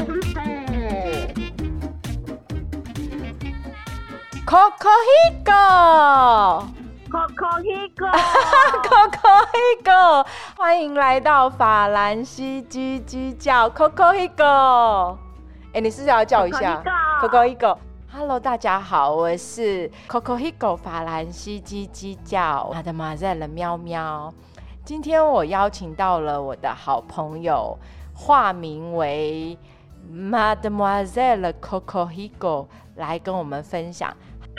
Coco， 欢迎来到法兰西鸡鸡叫 Coco。你是不是要叫一下 Coco？Hello， 大家好，我是 Coco 法兰西鸡鸡叫 Mademoiselle 喵喵。今天我邀请到了我的好朋友，化名为 Mademoiselle Coco 来跟我们分享。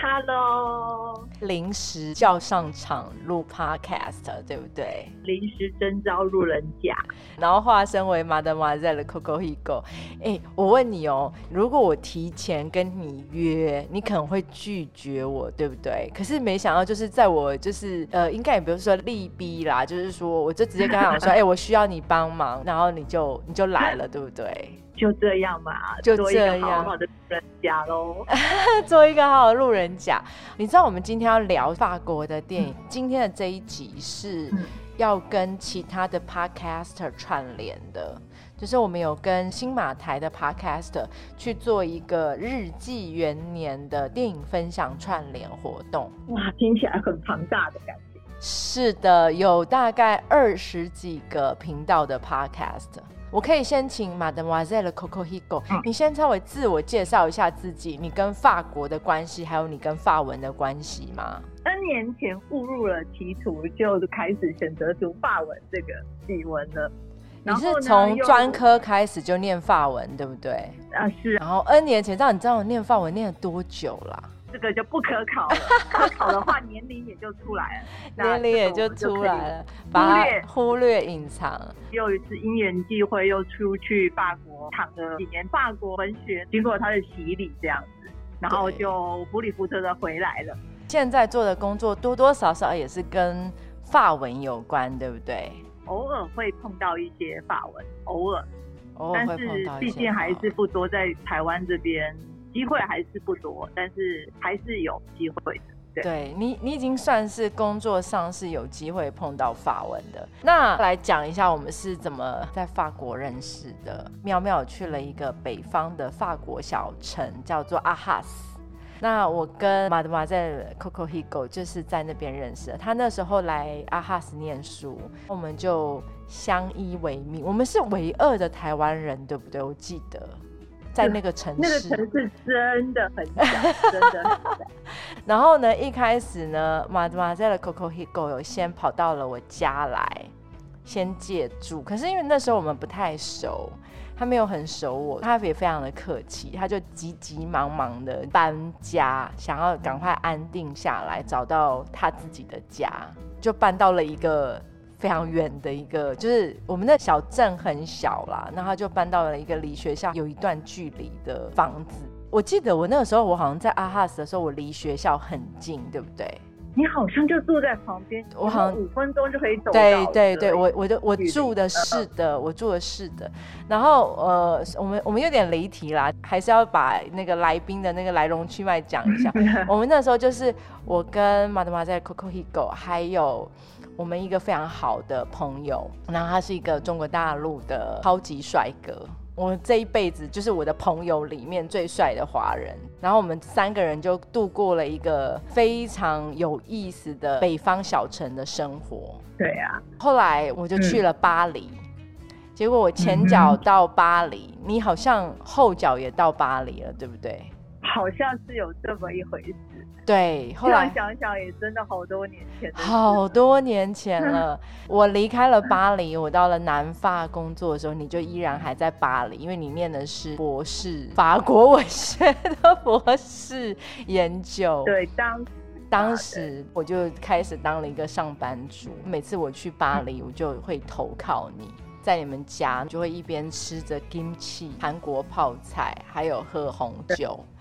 Hello， 临时叫上场录 Podcast， 对不对？ 临时征召路人甲， 然后化身为 Mademoiselle Coco。我问你哦，如果我提前跟你约，你可能会拒绝我，对不对？可是没想到，就是在我应该也不是说力逼啦，就是说我就直接跟他讲说，我需要你帮忙，然后你就来了，对不对？ 就这样嘛， 就这样， 做一个好好的路人甲咯。 做一个好好的路人甲。你知道我们今天要聊法国的电影，今天的这一集是要跟其他的 podcaster 串联的，就是我们有跟新马台的 podcaster 去做一个日记元年的电影分享串联活动。 哇，听起来很庞大的感觉。 是的，有大概20几个频道的 podcast。我可以先请 Mademoiselle Coco， 你先稍微自我介绍一下自己，你跟法国的关系，还有你跟法文的关系吗 ？N 年前误入了歧途，就开始选择读法文这个语文了。 你是从专科开始就念法文，对不对？ 是。 然后 N 年前，你知道我念法文念了多久啦？ 这个就不可考了，可考的话年龄也就出来了， 年龄也就出来了，把它忽略隐藏。 又一次因缘际会，又出去法国躺了几年法国文学，经过他的洗礼这样子，然后就糊里糊涂的回来了。 现在做的工作多多少少也是跟法文有关，对不对？ 偶尔会碰到一些法文，偶尔会碰到一些，但是毕竟还是不多，在台湾这边机会还是不多，但是还是有机会的。 对，你已经算是工作上是有机会碰到法文的。那来讲一下我们是怎么在法国认识的。喵喵去了一个北方的法国小城叫做阿哈斯，那我跟 Mademoiselle Coco 就是在那边认识的。他那时候来阿哈斯念书，我们就相依为命。我们是唯二的台湾人，对不对？我记得在那个城市真的很小，真的很小。 然后呢，一开始呢 Mademoiselle Coco 有先跑到了我家来先借住，可是因为那时候我们不太熟，他没有很熟我，他也非常的客气，他就急急忙忙的搬家，想要赶快安定下来，找到他自己的家，就搬到了一个非常远的一个，就是我们的小镇很小啦，那他就搬到了一个离学校有一段距离的房子。我记得我那个时候，我好像在阿哈斯的时候，我离学校很近，对不对？ 你好像就住在旁边，我好像5分钟就可以走到。 对，我住的是的，我住的是的。然后我们有点离题啦，还是要把那个来宾的那个来龙去脉讲一下。我们那时候就是我跟 Mademoiselle Coco 还有我们一个非常好的朋友，然后他是一个中国大陆的超级帅哥。我这一辈子就是我的朋友里面最帅的华人，然后我们3个人就度过了一个非常有意思的北方小城的生活。 对啊， 后来我就去了巴黎，结果我前脚到巴黎，你好像后脚也到巴黎了，对不对？ 好像是有这么一回事。 对，后来想想也真的好多年前， 好多年前了。我离开了巴黎，我到了南法工作的时候，你就依然还在巴黎，因为你念的是博士，法国文学的博士研究。 对，当时我就开始当了一个上班族，每次我去巴黎，我就会投靠你。在你们家就会一边吃着 kimchi 韩国泡菜，还有喝红酒。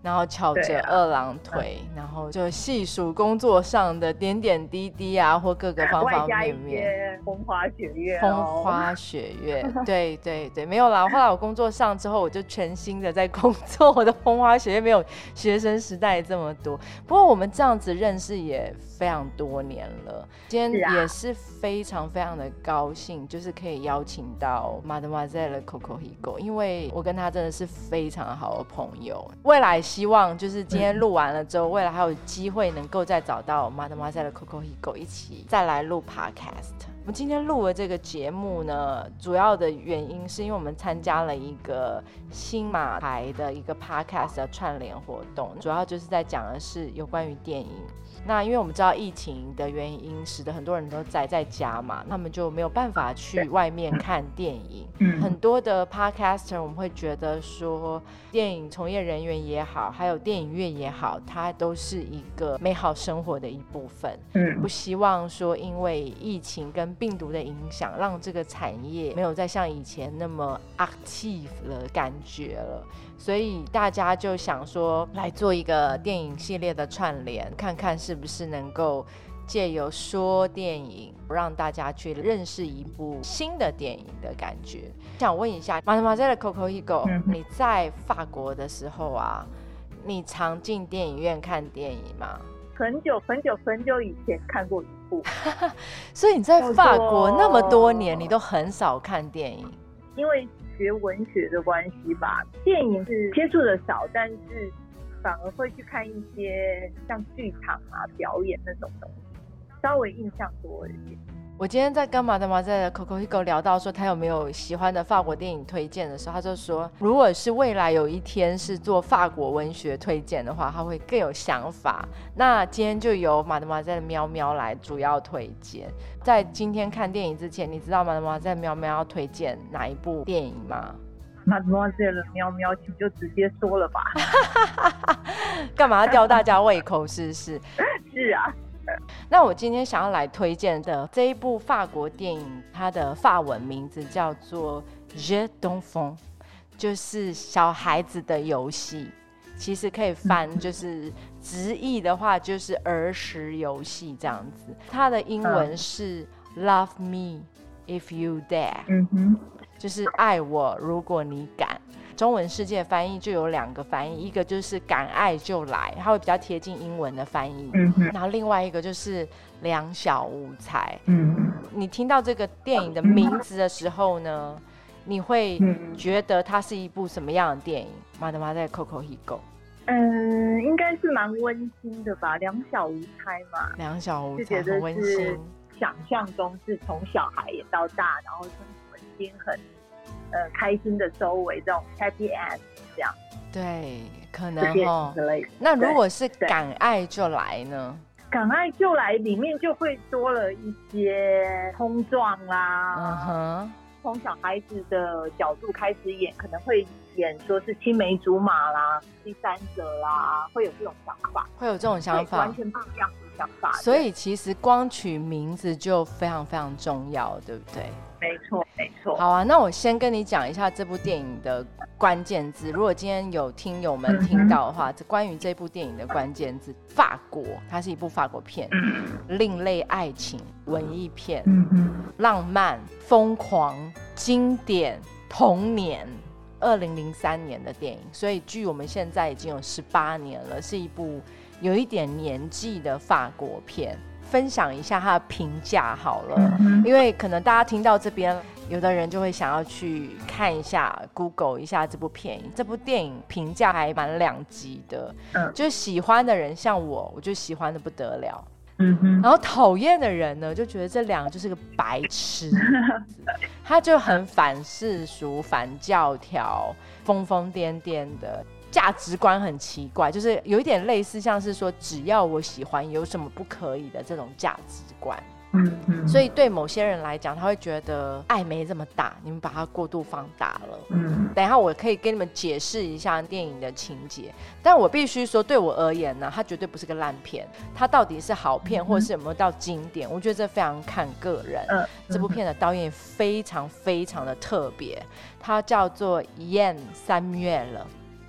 然后翘着二郎腿，然后就细数工作上的点点滴滴啊，或各个方方面面， 风花雪月， 风花雪月，对对对，没有啦。后来我工作上之后，我就全心的在工作，我的风花雪月没有学生时代这么多。不过我们这样子认识也非常多年了，今天也是非常非常的高兴，就是可以邀请到 Mademoiselle Coco Higo， 因为我跟她真的是非常好的朋友。未来希望就是今天录完了之后，未来还有机会能够再找到 Mademoiselle Coco Higo 一起再来录 Podcast。我们今天录的这个节目呢，主要的原因是因为我们参加了一个新马台的一个 Podcast 的串联活动，主要就是在讲的是有关于电影。那因为我们知道疫情的原因，使得很多人都宅在家嘛，他们就没有办法去外面看电影。很多的 podcaster 我们会觉得说，电影从业人员也好，还有电影院也好，它都是一个美好生活的一部分。不希望说因为疫情跟病毒的影响，让这个产业没有再像以前那么 active 的感觉了。所以大家就想说来做一个电影系列的串联，看看是不是能够借由说电影让大家去认识一部新的电影的感觉。想问一下 Mademoiselle Coco Higo， 你在法国的时候啊，你常进电影院看电影吗？ 很久很久很久以前看过一部所以你在法国那么多年，你都很少看电影？ 因为学文学的关系吧，电影是接触的少，但是反而会去看一些像剧场啊、表演那种东西，稍微印象多一点。 我今天在跟Mademoiselle Coco Higo聊到说他有没有喜欢的法国电影推荐的时候，他就说如果是未来有一天是做法国文学推荐的话，他会更有想法。那今天就由Mademoiselle喵喵来主要推荐。在今天看电影之前，你知道Mademoiselle喵喵要推荐哪一部电影吗 ？Mademoiselle喵喵，请就直接说了吧。 干嘛要吊大家胃口是不是？ 是啊。 那我今天想要来推荐的这一部法国电影，它的法文名字叫做 Jeux d'enfants， 就是小孩子的游戏，其实可以翻就是直译的话就是儿时游戏这样子。它的英文是 Love me if you dare，就是爱我如果你敢。中文世界翻译就有两个翻译，一个就是敢爱就来，它会比较贴近英文的翻译，然后另外一个就是两小无猜。你听到这个电影的名字的时候呢，你会觉得它是一部什么样的电影？Mademoiselle Coco Higo， 应该是蛮温馨的吧，两小无猜嘛， 两小无猜很温馨， 想象中是从小孩演到大，然后生活已经很开心的收尾，这种 happy end 这样。 对，可能那如果是敢爱就来呢？ 敢爱就来里面就会多了一些冲撞啦，从小孩子的角度开始演，可能会演说是青梅竹马啦、第三者啦，会有这种想法，完全不一样的想法。 所以其实光取名字就非常非常重要，对不对？ 没错没错。 好啊，那我先跟你讲一下这部电影的关键字。如果今天有听友们听到的话，关于这部电影的关键字，法国，它是一部法国片，另类爱情文艺片，浪漫、疯狂、经典、童年。2003年的电影，所以距我们现在已经有18年了，是一部有一点年纪的法国片。分享一下它的评价好了，因为可能大家听到这边，有的人就会想要去看一下 Google 一下这部片。这部电影评价还蛮两极的，就是喜欢的人像我就喜欢的不得了，然后讨厌的人呢就觉得这两个就是个白痴他就很反世俗、反教条、疯疯癫癫的，价值观很奇怪，就是有一点类似像是说只要我喜欢有什么不可以的这种价值观。所以对某些人来讲，他会觉得爱没这么大，你们把它过度放大了。等一下我可以跟你们解释一下电影的情节，但我必须说对我而言呢，它绝对不是个烂片，它到底是好片或是有没有到经典，我觉得这非常看个人。这部片的导演非常非常的特别，他叫做 Yann Samuel，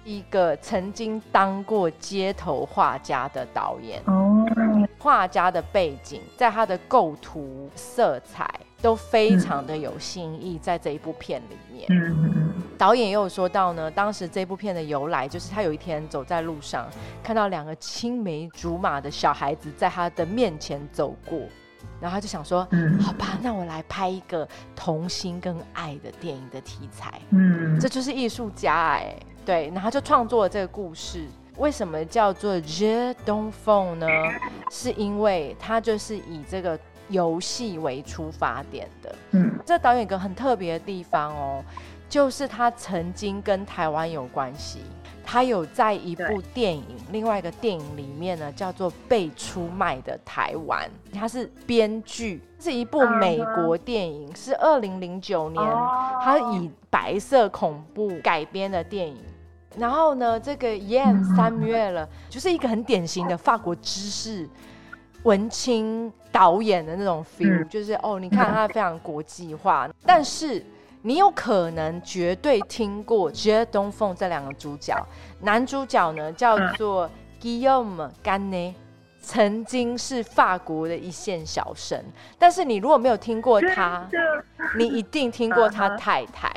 一个曾经当过街头画家的导演。画家的背景在他的构图色彩都非常的有新意，在这一部片里面。导演也有说到呢，当时这部片的由来就是他有一天走在路上，看到2个青梅竹马的小孩子在他的面前走过，然后他就想说，好吧，那我来拍一个童心跟爱的电影的题材。这就是艺术家对，然后就创作了这个故事。为什么叫做 Je Don Fong 呢？是因为它就是以这个游戏为出发点的。这导演有个很特别的地方就是他曾经跟台湾有关系。他有在一部电影，另外一个电影里面呢，叫做《被出卖的台湾》，他是编剧，是一部美国电影，是2009年，他以白色恐怖改编的电影。然后呢，这个 Yann Samuel 就是一个很典型的法国知识文青导演的那种 feel，就是你看他非常国际化，但是你有可能绝对听过 Je Don Fong 这2个主角，男主角呢叫做 Guillaume Canet， 曾经是法国的一线小生，但是你如果没有听过他，你一定听过他太太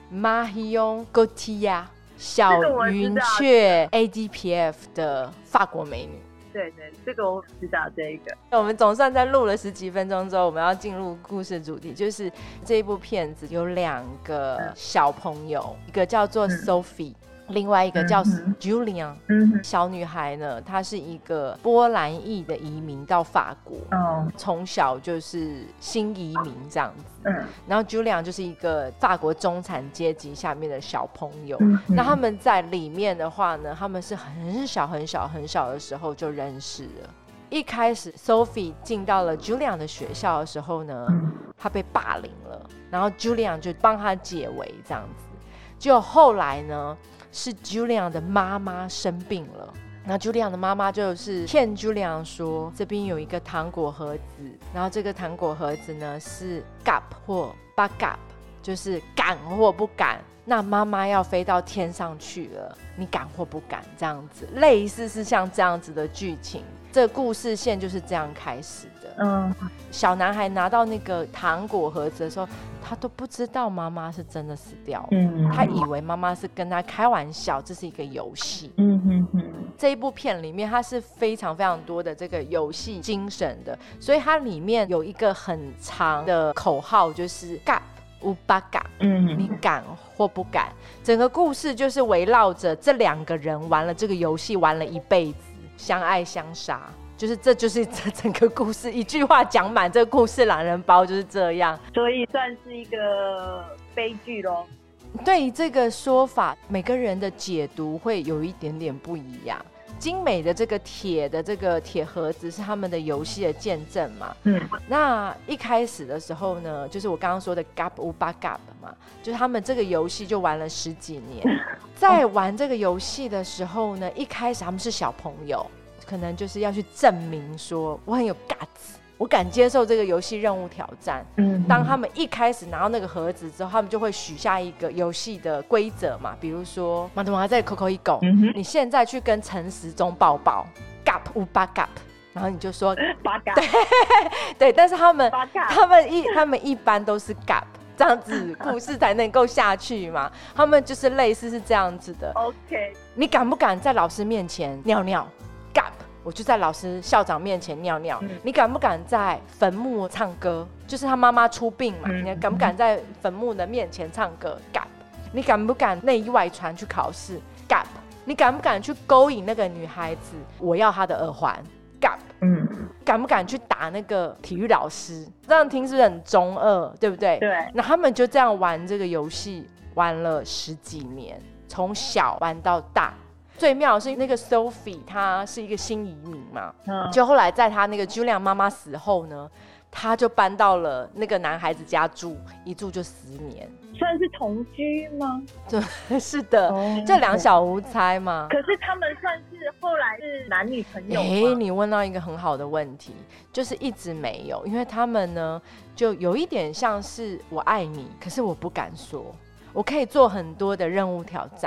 Marion Cotillard，小云雀 ADPF 的法国美女。 对，这个我知道。这个我们总算在录了10几分钟之后，我们要进入故事主题，就是这一部片子有2个小朋友，一个叫做 Sophie，另外一个叫 Julian。小女孩呢，她是一个波兰裔的移民到法国，从小就是新移民这样子。然后 Julian 就是一个法国中产阶级下面的小朋友。那他们在里面的话呢，他们是很小很小很小的时候就认识了。一开始 Sophie 进到了 Julian 的学校的时候呢，她被霸凌了，然后 Julian 就帮她解围这样子。结果后来呢，是 Julian 的妈妈生病了，然后 Julian 的妈妈就是骗 Julian 说这边有一个糖果盒子，然后这个糖果盒子呢是 gap 或 backup， 就是敢或不敢，那妈妈要飞到天上去了，你敢或不敢，这样子，类似是像这样子的剧情。这个故事线就是这样开始的。小男孩拿到那个糖果盒子的时候，他都不知道妈妈是真的死掉了，他以为妈妈是跟他开玩笑，这是一个游戏。这一部片里面它是非常非常多的这个游戏精神的，所以它里面有一个很长的口号，就是gap ou pas gap，你敢或不敢。整个故事就是围绕着这2个人玩了这个游戏，玩了一辈子，相爱相杀，这就是这整个故事，一句话讲满这个故事懒人包就是这样， 所以算是一个悲剧咯。 对于这个说法，每个人的解读会有一点点不一样。精美的这个铁的这个铁盒子是他们的游戏的见证嘛。那一开始的时候呢，就是我刚刚说的 gap ou pas gap 嘛，就是他们这个游戏就玩了10几年。在玩这个游戏的时候呢，一开始他们是小朋友，可能就是要去证明说我很有 guts， 我敢接受这个游戏任务挑战。当他们一开始拿到那个盒子之后，他们就会许下一个游戏的规则嘛，比如说马德玛在 Coco 一狗，你现在去跟陈时中抱抱 gap ou pas gap， 然后你就说 对，但是他们一般都是 gap， 这样子故事才能够下去嘛。他们就是类似是这样子的。 OK， 你敢不敢在老师面前尿尿 gap，我就在老师校长面前尿尿。你敢不敢在坟墓唱歌，就是他妈妈出殡嘛，你敢不敢在坟墓的面前唱歌 gap。你敢不敢内意外传去考试 gap。你敢不敢去勾引那个女孩子，我要她的耳环 gap。敢不敢去打那个体育老师，这样听是不是很中二，对不对？ 对。 那他们就这样玩这个游戏玩了10几年，从小玩到大。最妙的是那个 Sophie 她是一个新移民嘛，就后来在她那个 Julian 妈妈死后呢，她就搬到了那个男孩子家住，一住就10年。 算是同居吗？ 是的，就两小无猜嘛。 可是他们算是后来是男女朋友吗？ 你问到一个很好的问题，就是一直没有，因为他们呢就有一点像是我爱你，可是我不敢说，我可以做很多的任务挑战，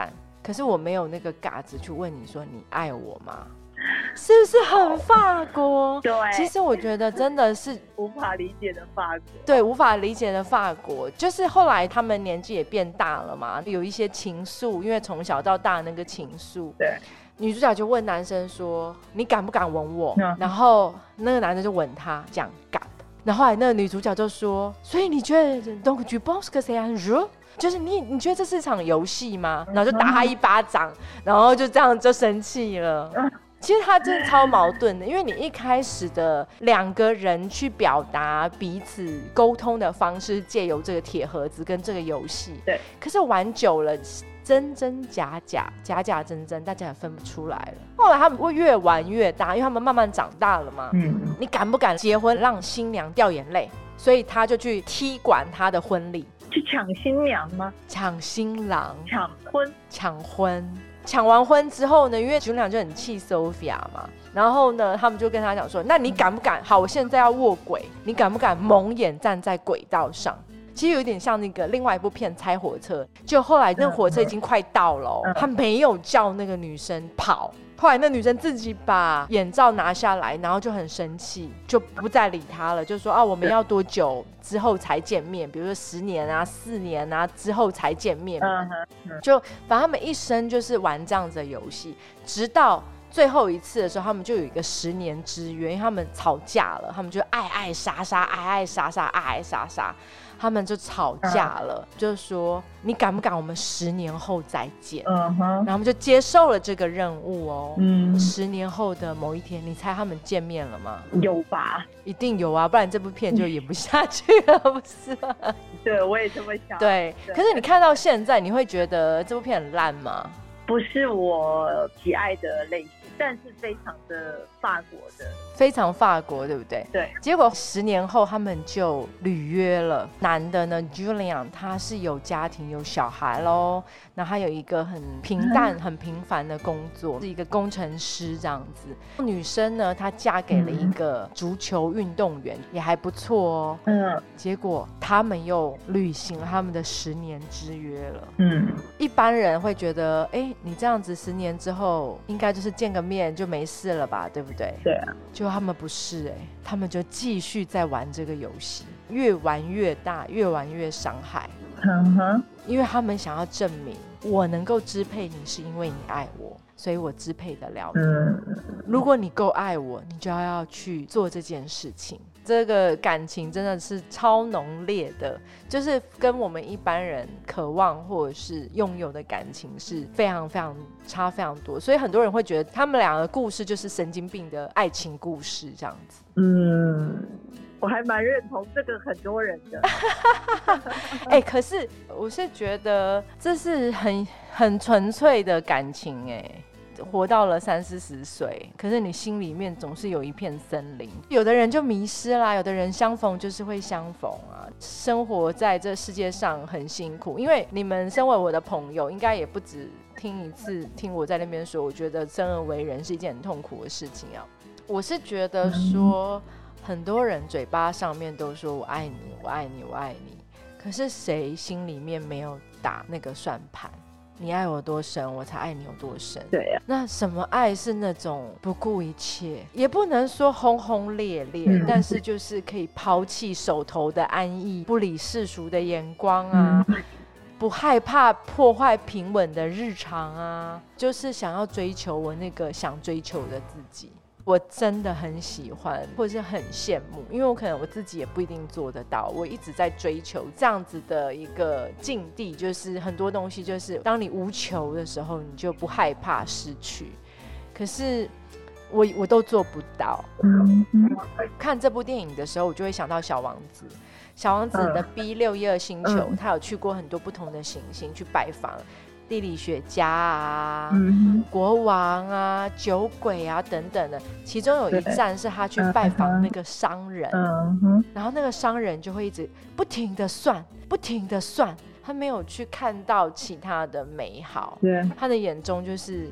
可是我没有那个嘎子去问你说你爱我吗？是不是很法国？ 对， 其实我觉得真的是无法理解的法国。 对，无法理解的法国，就是后来他们年纪也变大了嘛，有一些情愫，因为从小到大那个情愫。 对， 女主角就问男生说：“你敢不敢吻我？”然后那个男生就吻她，讲敢。然后后来那个女主角就说：“所以你觉得 donc tu penses que c'est un jeu？” 就是你觉得这是一场游戏吗？然后就打他一巴掌，然后就这样就生气了。其实他真的超矛盾的，因为你一开始的两个人去表达彼此沟通的方式，借由这个铁盒子跟这个游戏， 对。 可是玩久了，真真假假，假假真真，大家也分不出来了。后来他们会越玩越大，因为他们慢慢长大了嘛。你敢不敢结婚让新娘掉眼泪？所以他就去踢馆他的婚礼， 去抢新娘吗？ 抢新郎， 抢婚。 抢完婚之后呢，因为新娘就很气 Sophia 嘛，然后呢，他们就跟他讲说：“那你敢不敢？好，我现在要卧轨，你敢不敢蒙眼站在轨道上？”其实有点像那个另外一部片《猜火车》，就后来那火车已经快到了，他没有叫那个女生跑。后来那女生自己把眼罩拿下来，然后就很生气，就不再理他了，就说啊，我们要多久之后才见面？比如说10年啊、4年啊之后才见面。就反正他们一生就是玩这样子的游戏，直到最后一次的时候，他们就有一个10年之约，因为他们吵架了，他们就爱爱杀杀，爱爱杀杀，爱爱杀杀。他们就吵架了，就说你敢不敢我们10年后再见？然后他们就接受了这个任务哦。10年后的某一天，你猜他们见面了吗？ 有吧， 一定有啊，不然这部片就演不下去了，不是吗？ 对，我也这么想。 对，可是你看到现在，你会觉得这部片很烂吗？ 不是我喜爱的类型，但是非常的法国的， 非常法国，对不对？ 对。 结果10年后他们就履约了。男的呢 ，Julian 他是有家庭有小孩咯，那他有一个很平淡、很平凡的工作，是一个工程师这样子。女生呢，她嫁给了一个足球运动员，也还不错哦。结果他们又履行了他们的10年之约了。一般人会觉得，你这样子10年之后，应该就是见个面就没事了吧，对不对？ 对啊。 结果他们不是他们就继续在玩这个游戏，越玩越大，越玩越伤害。因为他们想要证明，我能够支配你是因为你爱我，所以我支配得了你。如果你够爱我，你就要去做这件事情。这个感情真的是超浓烈的，就是跟我们一般人渴望或者是拥有的感情是非常非常差非常多，所以很多人会觉得他们两个故事就是神经病的爱情故事这样子。 我还蛮认同这个很多人的。 可是我是觉得这是很纯粹的感情活到了30-40岁，可是你心里面总是有一片森林。有的人就迷失啦，有的人相逢就是会相逢啊。生活在这世界上很辛苦，因为你们身为我的朋友，应该也不止听一次听我在那边说，我觉得生而为人是一件很痛苦的事情啊。我是觉得说，很多人嘴巴上面都说我爱你，我爱你，我爱你，可是谁心里面没有打那个算盘？你爱我多深，我才爱你有多深。 对啊。 那什么爱是那种不顾一切，也不能说轰轰烈烈，但是就是可以抛弃手头的安逸，不理世俗的眼光啊，不害怕破坏平稳的日常啊，就是想要追求我那个想追求的自己。我真的很喜欢，或者是很羡慕，因为我可能我自己也不一定做得到。我一直在追求这样子的一个境地，就是很多东西，就是当你无求的时候，你就不害怕失去。可是我都做不到。看这部电影的时候，我就会想到小王子。小王子的 B612 星球，他有去过很多不同的行星去拜访。地理学家啊，国王啊，酒鬼啊等等的，其中有一站是他去拜访那个商人，然后那个商人就会一直不停的算， 他没有去看到其他的美好，他的眼中就是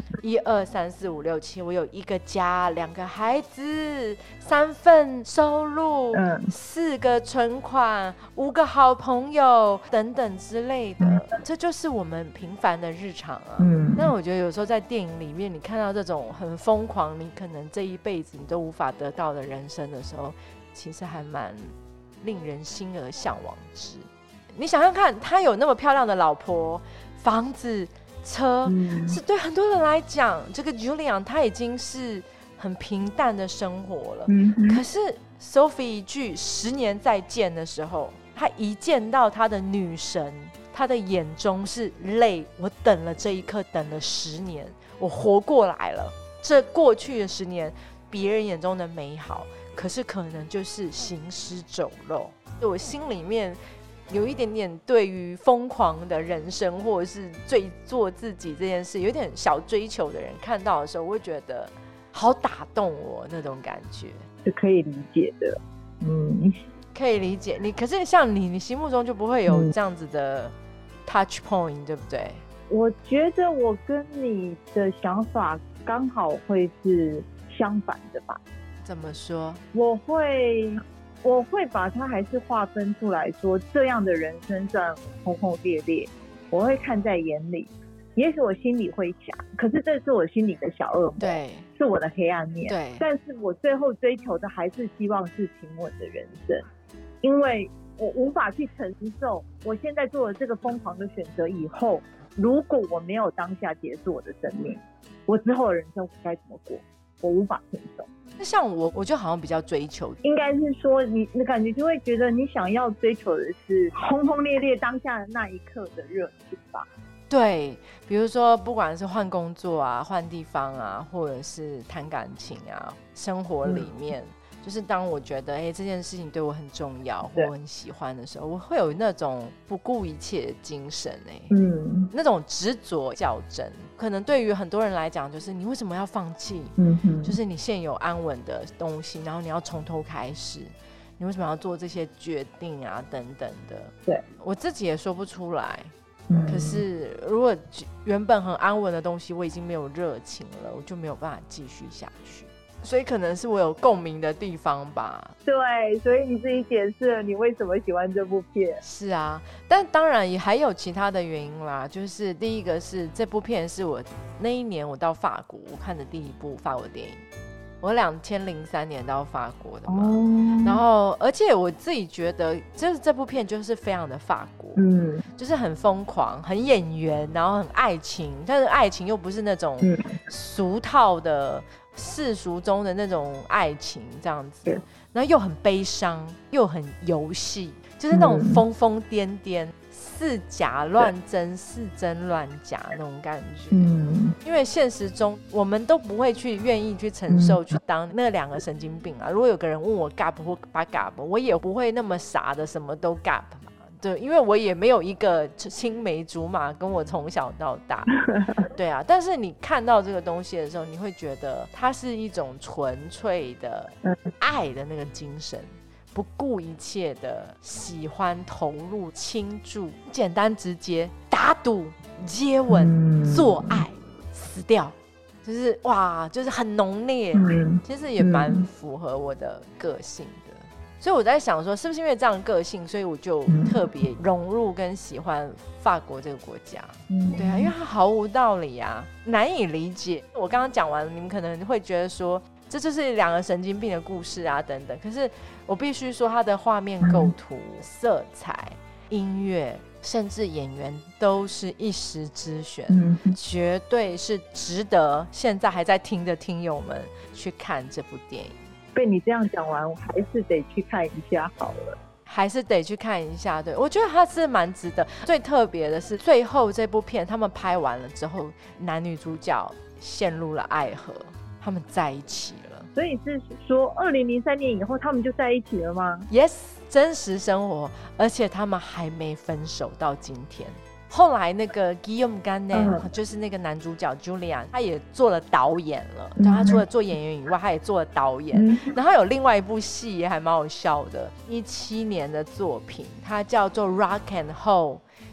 1、2、3、4、5、6、7，我有一个家，2个孩子，3份收入，4个存款，5个好朋友等等之类的，这就是我们平凡的日常啊。那我觉得有时候在电影里面你看到这种很疯狂，你可能这一辈子你都无法得到的人生的时候，其实还蛮令人心而向往之。你想想看，他有那么漂亮的老婆、房子、车，是对很多人来讲，这个 Julian 他已经是很平淡的生活了。可是 Sophie 一句10年再见的时候，他一见到他的女神，他的眼中是泪。我等了这一刻，等了10年，我活过来了。这过去的10年，别人眼中的美好，可是可能就是行尸走肉。我心里面有一点点对于疯狂的人生，或者是做自己这件事有点小追求的人看到的时候，我会觉得好打动我，那种感觉是可以理解的。 可以理解。可是像你心目中就不会有这样子的 touch point，对不对？ 我觉得我跟你的想法刚好会是相反的吧。 怎么说？我会把它还是划分出来说，这样的人生算轰轰烈烈，我会看在眼里。也许我心里会想，可是这是我心里的小恶魔， 对， 是我的黑暗面。 对， 但是我最后追求的还是希望是平稳的人生，因为我无法去承受我现在做了这个疯狂的选择以后，如果我没有当下结束我的生命，我之后的人生该怎么过，我无法承受。 那像我就好像比较追求， 应该是说你感觉就会觉得你想要追求的是轰轰烈烈当下的那一刻的热情吧。 对，比如说不管是换工作啊、换地方啊，或者是谈感情啊，生活里面，就是当我觉得这件事情对我很重要，或我很喜欢的时候，我会有那种不顾一切的精神那种执着较真。可能对于很多人来讲，就是你为什么要放弃？就是你现有安稳的东西，然后你要从头开始，你为什么要做这些决定啊？等等的。 对， 我自己也说不出来。可是如果原本很安稳的东西我已经没有热情了，我就没有办法继续下去。所以可能是我有共鸣的地方吧。 对，所以你自己解释了你为什么喜欢这部片。 是啊，但当然也还有其他的原因啦。就是第一个是这部片是我那一年我到法国我看的第一部法国电影，我2003年到法国的嘛。然后而且我自己觉得就是这部片就是非常的法国，就是很疯狂很演员，然后很爱情，但是爱情又不是那种俗套的世俗中的那种爱情这样子，然后又很悲伤又很游戏，就是那种疯疯癫癫似假乱真似真乱假那种感觉。因为现实中我们都不会去愿意去承受去当那2个神经病啊。如果有个人问我 gap 或把 gap， 我也不会那么傻的什么都 gap 嘛。对，因为我也没有一个青梅竹马跟我从小到大。对啊，但是你看到这个东西的时候，你会觉得它是一种纯粹的爱的那个精神，不顾一切的喜欢投入倾注，简单直接，打赌接吻做爱死掉，就是哇，就是很浓烈。其实也蛮符合我的个性的。所以我在想说是不是因为这样的个性，所以我就特别融入跟喜欢法国这个国家。对啊，因为它毫无道理啊，难以理解。我刚刚讲完了，你们可能会觉得说这就是2个神经病的故事啊等等，可是我必须说它的画面构图、色彩、音乐甚至演员都是一时之选，绝对是值得现在还在听的听友们去看这部电影。 被你这样讲完，我还是得去看一下好了。 还是得去看一下。对，我觉得它是蛮值得。最特别的是最后这部片他们拍完了之后，男女主角陷入了爱河，他们在一起了。 所以是说2003年以后他们就在一起了吗？ Yes， 真实生活，而且他们还没分手到今天。后来那个 Guillaume Canet，就是那个男主角 Julian， 他也做了导演了。他除了做演员以外，他也做了导演。然后有另外一部戏也还蛮好笑的，17年的作品，它叫做 Rock and Roll，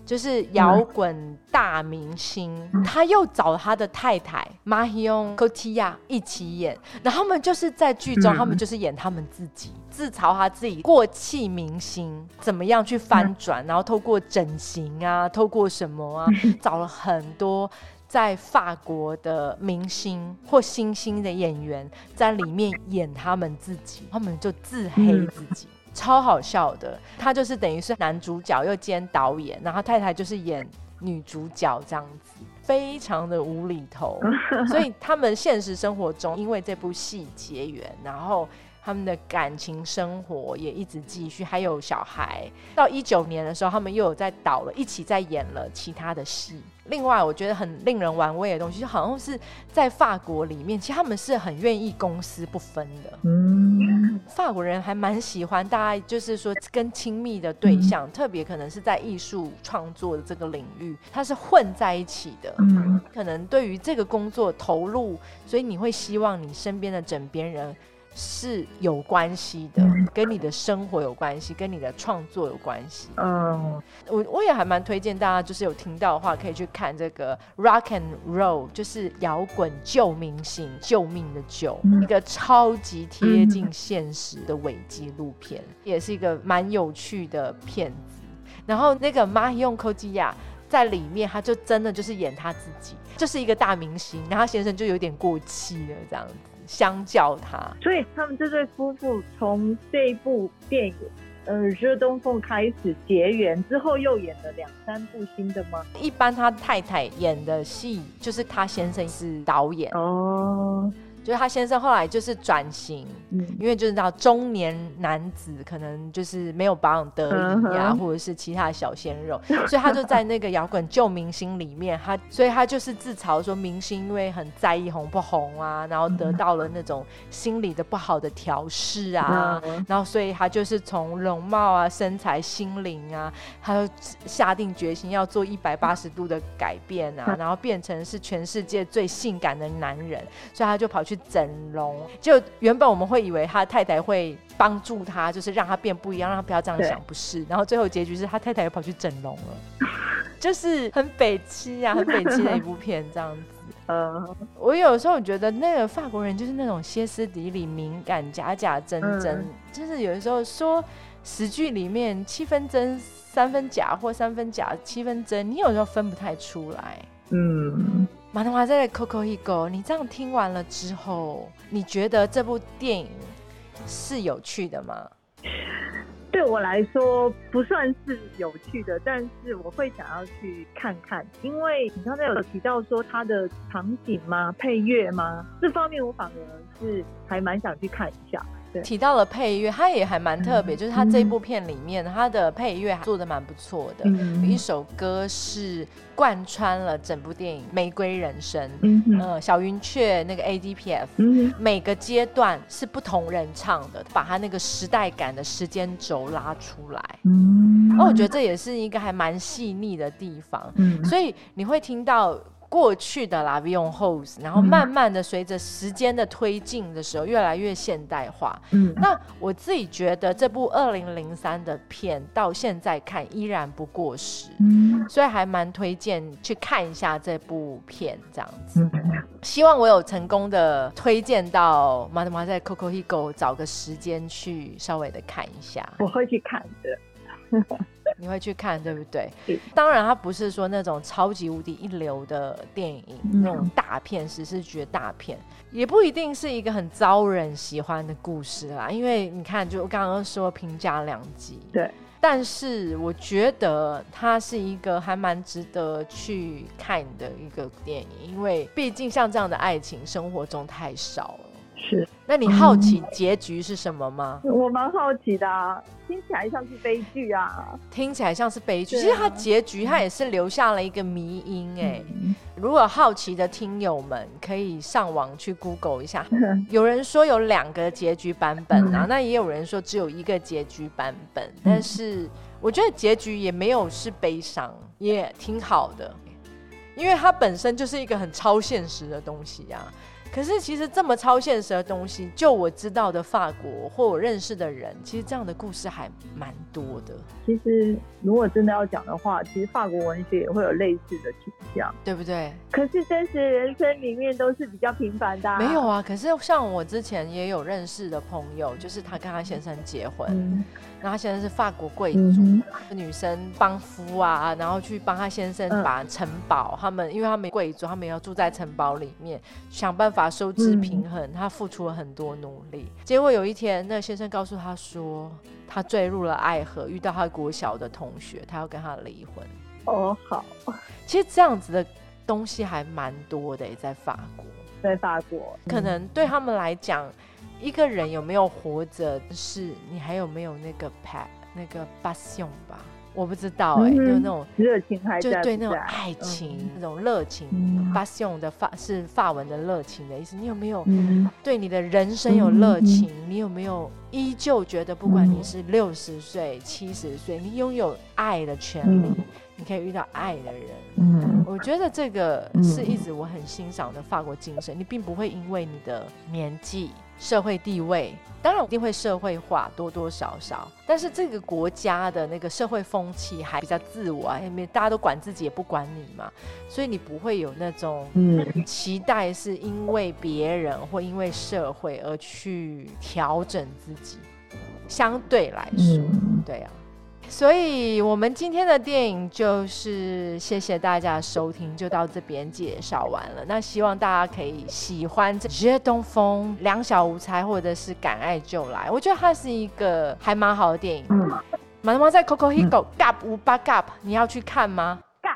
就是摇滚大明星，他又找他的太太 Marion Cotillard 一起演，然后他们就是在剧中他们就是演他们自己，自嘲他自己过气明星怎么样去翻转，然后透过整形啊，透过什么啊，找了很多在法国的明星或新兴的演员在里面演他们自己，他们就自黑自己，超好笑的。他就是等于是男主角又兼导演，然后太太就是演女主角这样子，非常的无厘头。所以他们现实生活中因为这部戏结缘，然后他们的感情生活也一直继续，还有小孩。到19年的时候，他们又有在导了，一起在演了其他的戏。另外我觉得很令人玩味的东西，就好像是在法国里面，其实他们是很愿意公私不分的。法国人还蛮喜欢大家就是说跟亲密的对象，特别可能是在艺术创作的这个领域，它是混在一起的。可能对于这个工作投入，所以你会希望你身边的枕边人是有关系的，跟你的生活有关系，跟你的创作有关系。我也还蛮推荐大家，就是有听到的话可以去看这个 Rock and Roll， 就是摇滚救明星，救命的救，一个超级贴近现实的伪纪录片，也是一个蛮有趣的片子。然后那个 Marion Cotillard 在里面，他就真的就是演他自己，就是一个大明星，然后他先生就有点过气了这样子，相较他。 所以他们这对夫妇从这一部电影热东风开始结缘之后，又演了2-3部新的吗？ 一般他太太演的戏就是他先生是导演就是他先生后来就是转型，因为就是到中年男子可能就是没有保养得宜啊，或者是其他的小鲜肉，所以他就在那个摇滚救明星里面，所以他就是自嘲说明星因为很在意红不红啊，然后得到了那种心理的不好的调试啊，然后所以他就是从容貌啊、身材、心灵啊，他就下定决心要做180度的改变啊，然后变成是全世界最性感的男人，所以他就跑去整容。就原本我们会以为他太太会帮助他，就是让他变不一样，让他不要这样想，不是，然后最后结局是他太太又跑去整容了就是很北七啊，很北七的一部片这样子我有时候觉得那个法国人就是那种歇斯底里、敏感、假假真真就是有的时候说10句里面7分真3分假，或3分假7分真，你有时候分不太出来。马德华在的 Coco Higo， 你这样听完了之后，你觉得这部电影是有趣的吗？ 对我来说不算是有趣的，但是我会想要去看看，因为你刚才有提到说它的场景吗、配乐吗，这方面我反而是还蛮想去看一下。 提到了配乐，它也还蛮特别，就是它这部片里面它的配乐做得蛮不错的，有一首歌是贯穿了整部电影《玫瑰人生》小云雀那个 ADPF 每个阶段是不同人唱的，把它那个时代感的时间轴拉出来我觉得这也是一个还蛮细腻的地方所以你会听到过去的 La Vie en Rose， 然后慢慢的随着时间的推进的时候越来越现代化那我自己觉得这部2003的片到现在看依然不过时所以还蛮推荐去看一下这部片这样子希望我有成功的推荐到Mademoiselle Coco Higo， 找个时间去稍微的看一下。 我会去看的你会去看对不对？当然它不是说那种超级无敌一流的电影那种大片史诗级大片，也不一定是一个很招人喜欢的故事啦，因为你看就刚刚说评价2集对， 但是我觉得它是一个还蛮值得去看的一个电影，因为毕竟像这样的爱情生活中太少了。 是， 那你好奇结局是什么吗？ 我蛮好奇的啊，听起来像是悲剧啊。听起来像是悲剧其实它结局它也是留下了一个迷因如果好奇的听友们可以上网去 Google 一下有人说有2个结局版本那也有人说只有1个结局版本但是我觉得结局也没有是悲伤，也挺好的，因为它本身就是一个很超现实的东西可是其实这么超现实的东西，就我知道的法国或我认识的人，其实这样的故事还蛮多的。 其实如果真的要讲的话，其实法国文学也会有类似的倾向，对不对？ 可是真实人生里面都是比较平凡的没有啊，可是像我之前也有认识的朋友，就是他跟他先生结婚，然后他先生是法国贵族，女生帮夫啊，然后去帮他先生把城堡，他们因为他们贵族，他们要住在城堡里面，想办法收支平衡，他付出了很多努力。结果有一天，那个先生告诉他说，他坠入了爱河，遇到他国小的同学，他要跟他离婚。 哦，好， 其实这样子的东西还蛮多的，在法国。 在法国， 可能对他们来讲，一个人有没有活着，是你还有没有那个 passion 吧？我不知道就那种热情还在， 就对那种爱情，那种热情。passion 的是法文的热情的意思。你有没有对你的人生有热情？你有没有依旧觉得，不管你是60岁、70岁，你拥有爱的权利？你可以遇到爱的人。我觉得这个是一直我很欣赏的法国精神。你并不会因为你的年纪、社会地位，当然一定会社会化，多多少少，但是这个国家的那个社会风气还比较自我啊，大家都管自己也不管你嘛，所以你不会有那种期待是因为别人或因为社会而去调整自己，相对来说，对啊。所以我们今天的电影就是谢谢大家的收听，就到这边介绍完了。那希望大家可以喜欢这《东风》、《两小无猜》或者是《敢爱就来》，我觉得它是一个还蛮好的电影。妈妈在 Coco Higo Gap 58 Gap， 你要去看吗？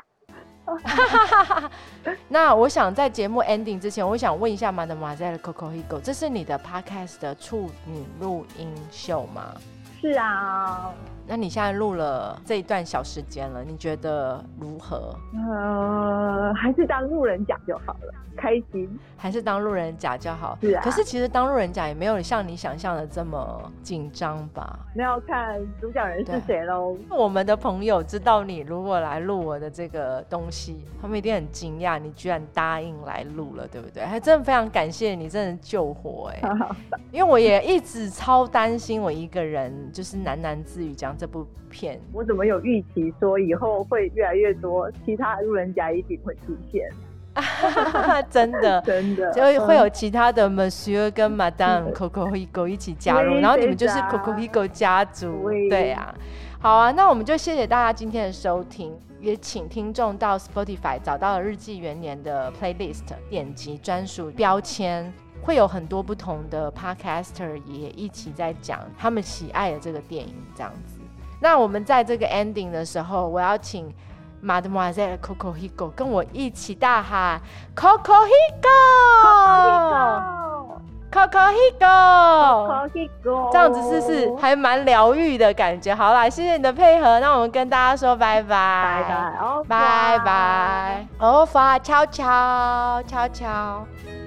那我想在节目 ending 之前，我想问一下 Mademoiselle Coco Higo， 这是你的 podcast 的处女录音秀吗？ 是啊。 那你现在录了这一段小时间了，你觉得如何？ 还是当路人甲就好了，开心。 还是当路人甲就好。 是啊。 可是其实当路人甲也没有像你想象的这么紧张吧？ 那要看主讲人是谁咯。 我们的朋友知道你如果来录我的这个东西，他们一定很惊讶，你居然答应来录了，对不对？还真的非常感谢你，真的救火因为我也一直超担心我一个人就是喃喃自语讲这部片。 我怎么有预期说以后会越来越多其他路人甲一定会出现真的就会有其他的 Monsieur 跟 Madame Coco Higo 一起加入，然后你们就是 Coco Higo 家族。对啊，好啊，那我们就谢谢大家今天的收听，也请听众到 Spotify 找到了日记元年的 playlist， 点击专属标签，会有很多不同的 podcaster 也一起在讲他们喜爱的这个电影这样子。那我们在这个 ending 的时候，我要请Mademoiselle Coco Higo 跟我一起大喊 Coco Higo Coco Higo， 这样子是不是还蛮疗愈的感觉？好啦，谢谢你的配合，那我们跟大家说拜拜， 拜拜， 拜拜，au revoir，悄悄悄悄。